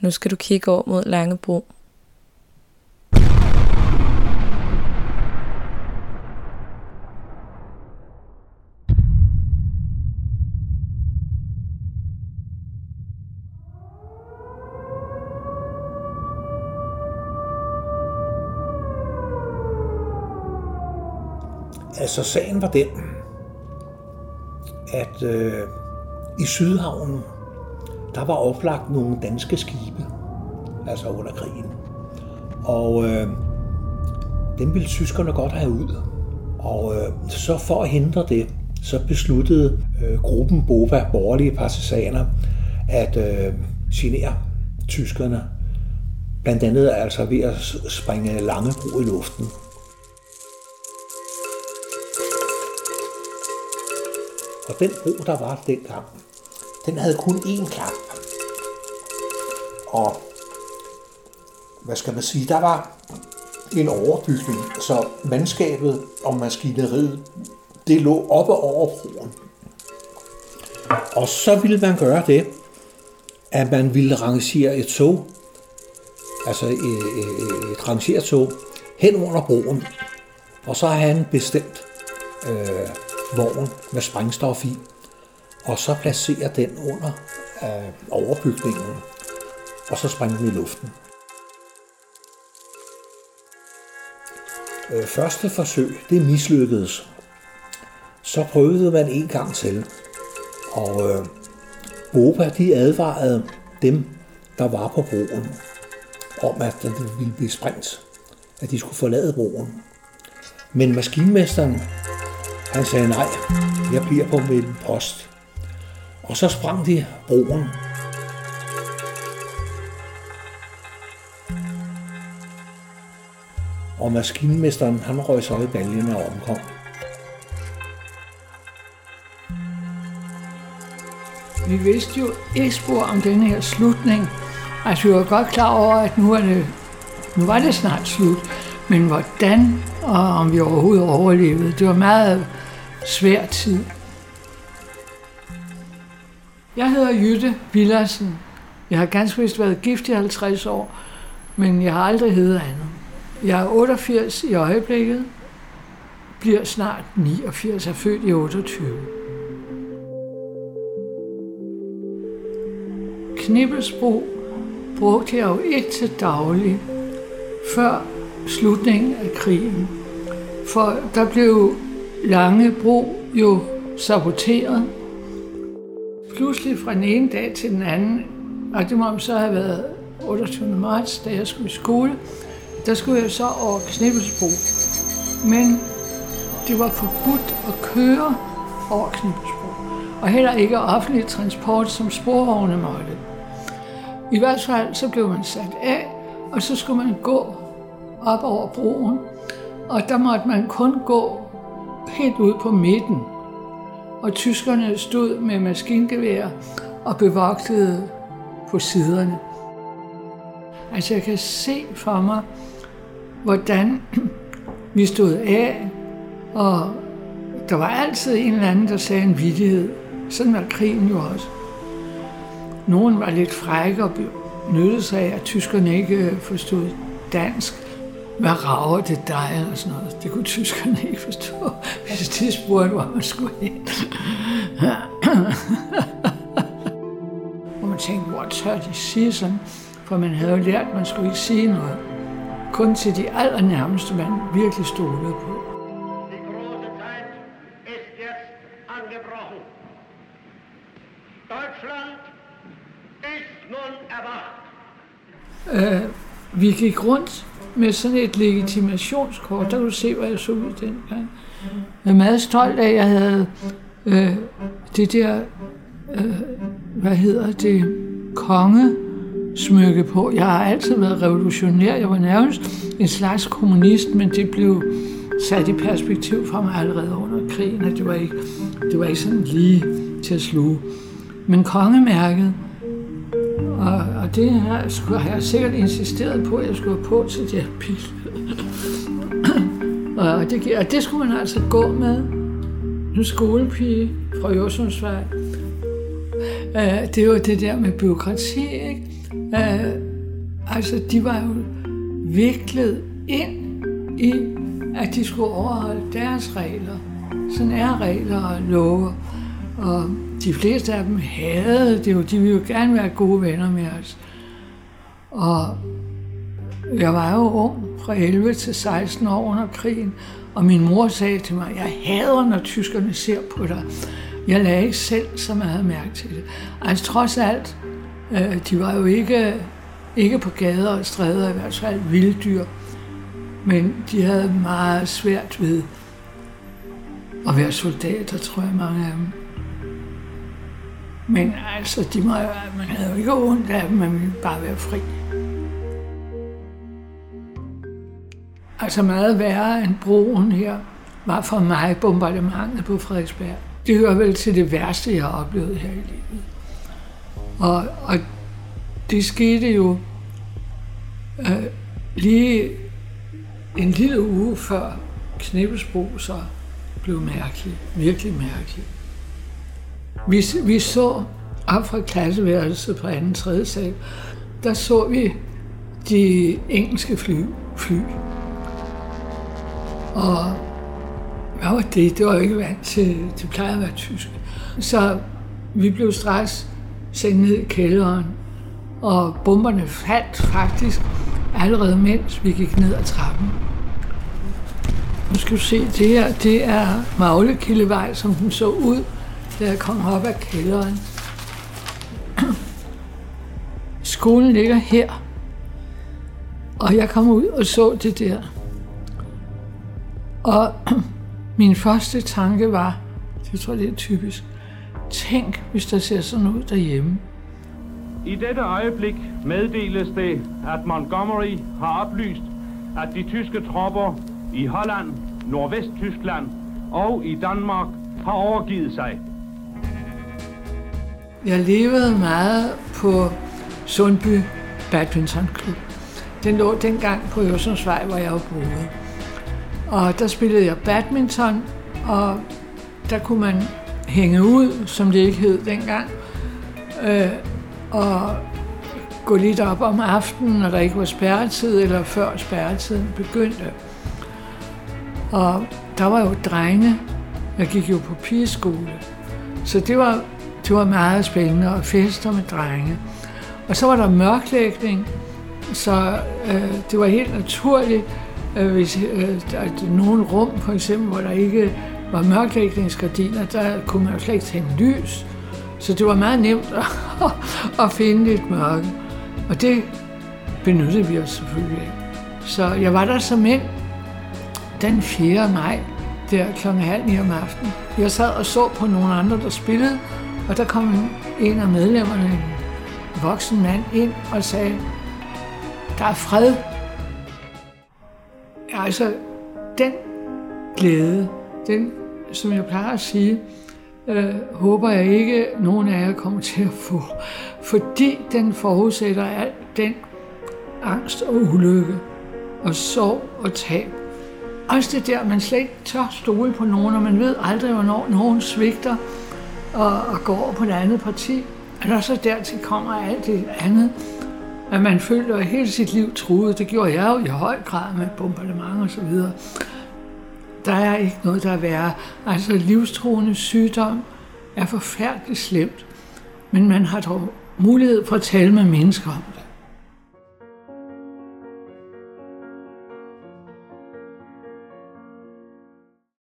Nu skal du kigge over mod Langebro. Altså sagen var den, at i Sydhavnen, der var oplagt nogle danske skibe, altså under krigen. Og dem ville tyskerne godt have ud. Og så for at hindre det, så besluttede gruppen BOPA, borgerlige partisaner, at genere tyskerne. Blandt andet altså ved at springe Langebro i luften. Og den bro, der var dengang, den havde kun én klap. Og hvad skal man sige, der var en overbygning, så mandskabet og maskineriet, det lå oppe over broen. Og så ville man gøre det, at man ville rangere et tog, altså et rangertog, hen under broen. Og så havde han bestemt vogn med sprængstof i, og så placere den under overbygningen, og så springe den i luften. Første forsøg, det mislykkedes. Så prøvede man en gang til, og BOPA, de advarede dem, der var på broen, om at den ville blive sprængt, at de skulle forlade broen. Men maskinmesteren, han sagde nej, jeg bliver på min post. Og så sprang de broen. Og maskinmesteren, han røg så i baljen og omkom. Vi vidste jo ikke spor om denne her slutning. Altså, vi var godt klar over, at nu var det snart slut. Men hvordan, og om vi overhovedet overlevede, det var meget svær tid. Jeg hedder Jytte Villadsen. Jeg har ganske vist været gift i 50 år, men jeg har aldrig heddet andet. Jeg er 88 i øjeblikket, bliver snart 89, er født i 28. Knippelsbro brugte jeg jo ikke til daglig før slutningen af krigen. For der blev Langebro jo saboteret. Pludselig fra den ene dag til den anden, og det må så have været 28. marts, da jeg skulle i skole, der skulle jeg så over Knippelsbro. Men det var forbudt at køre over Knippelsbro, og heller ikke offentlig transport, som sporvogne måtte. I hvert fald så blev man sat af, og så skulle man gå op over broen, og der måtte man kun gå helt ud på midten. Og tyskerne stod med maskingevær og bevogtede på siderne. Altså jeg kan se for mig, hvordan vi stod af, og der var altid en eller anden, der sagde en vittighed. Sådan var krigen jo også. Nogen var lidt frække og benyttede sig af, at tyskerne ikke forstod dansk. Hvad rager det dig, eller sådan noget. Det kunne tyskerne ikke forstå, hvis de spurgte, hvor man skulle hen. Og man tænkte, hvor tør de sige sådan? For man havde jo lært, at man skulle ikke sige noget. Kun til de allernærmeste, man virkelig stolede på. Vi gik rundt med sådan et legitimationskort. Der kunne du se, hvor jeg så ud dengang. Jeg er meget stolt af, at jeg havde det der, kongesmykke på. Jeg har altid været revolutionær. Jeg var nærmest en slags kommunist, men det blev sat i perspektiv for mig allerede under krigen, at det var ikke sådan lige til at sluge. Men kongemærket, og det her har jeg sikkert insisteret på, at jeg skulle have på til det her billede. og det skulle man altså gå med. Nu skolepige fra Jørsundsvej. Det er jo det der med bureaukrati, ikke? Altså, de var jo viklet ind i, at de skulle overholde deres regler. Sådan er regler og love. Og de fleste af dem havde det jo. De ville jo gerne være gode venner med os. Og jeg var jo ung, fra 11 til 16 år under krigen, og min mor sagde til mig, jeg hader, når tyskerne ser på dig. Jeg lagde ikke selv så meget mærke til det. Altså trods alt, de var jo ikke på gader og stræder, i hvert fald vilddyr, men de havde meget svært ved at være soldater, tror jeg, mange af dem. Men altså, man havde jo ikke ondt af dem, man ville bare være fri. Altså meget værre end broen her var for mig bombardementet på Frederiksberg. Det hører vel til det værste, jeg har oplevet her i livet. Og det skete jo lige en lille uge før Knippelsbro så blev mærkelig, virkelig mærkelig. Vi så op fra klasseværelset på 2. og 3. sal, der så vi de engelske fly. Og hvad var det? Det var jo ikke vant til, det plejer at være tysk. Så vi blev straks sendt ned i kælderen, og bomberne faldt faktisk allerede mens vi gik ned ad trappen. Nu skal du se, det her, det er Maglekildevej, som den så ud, da jeg kom op af kælderen. Skolen ligger her, og jeg kom ud og så det der. Og min første tanke var, jeg tror det er typisk, tænk hvis der ser sådan ud derhjemme. I dette øjeblik meddeles det, at Montgomery har oplyst, at de tyske tropper i Holland, Nordvesttyskland og i Danmark har overgivet sig. Jeg levede meget på Sundby Badmintonklub. Den lå dengang på Øresundsvej, hvor jeg var boet. Og der spillede jeg badminton, og der kunne man hænge ud, som det ikke hed dengang, og gå lidt op om aftenen, når der ikke var spærretid, eller før spærretiden begyndte. Og der var jo drenge, jeg gik jo på pigeskole, så det var meget spændende, og fester med drenge. Og så var der mørklægning, så det var helt naturligt, hvis der er nogle rum, for eksempel, hvor der ikke var mørklægningsgardiner, der kunne man jo slet ikke tænde lys. Så det var meget nemt at finde lidt mørke. Og det benyttede vi os selvfølgelig af. Så jeg var der som ind den 4. maj, der kl. 8:30 om aftenen. Jeg sad og så på nogle andre, der spillede, og der kom en af medlemmerne, en voksen mand, ind og sagde, der er fred. Altså, den glæde, den, som jeg plejer at sige, håber jeg ikke, nogen af jer kommer til at få. Fordi den forudsætter alt den angst og ulykke og sorg og tab. Også det der, man slet ikke tør stole på nogen, og man ved aldrig, hvornår nogen svigter og går over på det andet parti. Og så dertil kommer alt det andet, at man føler hele sit liv truet. Det gjorde jeg jo i høj grad med bombardement og så videre. Der er ikke noget, der er værre. Altså livstruende sygdom er forfærdeligt slemt, men man har dog mulighed for at tale med mennesker om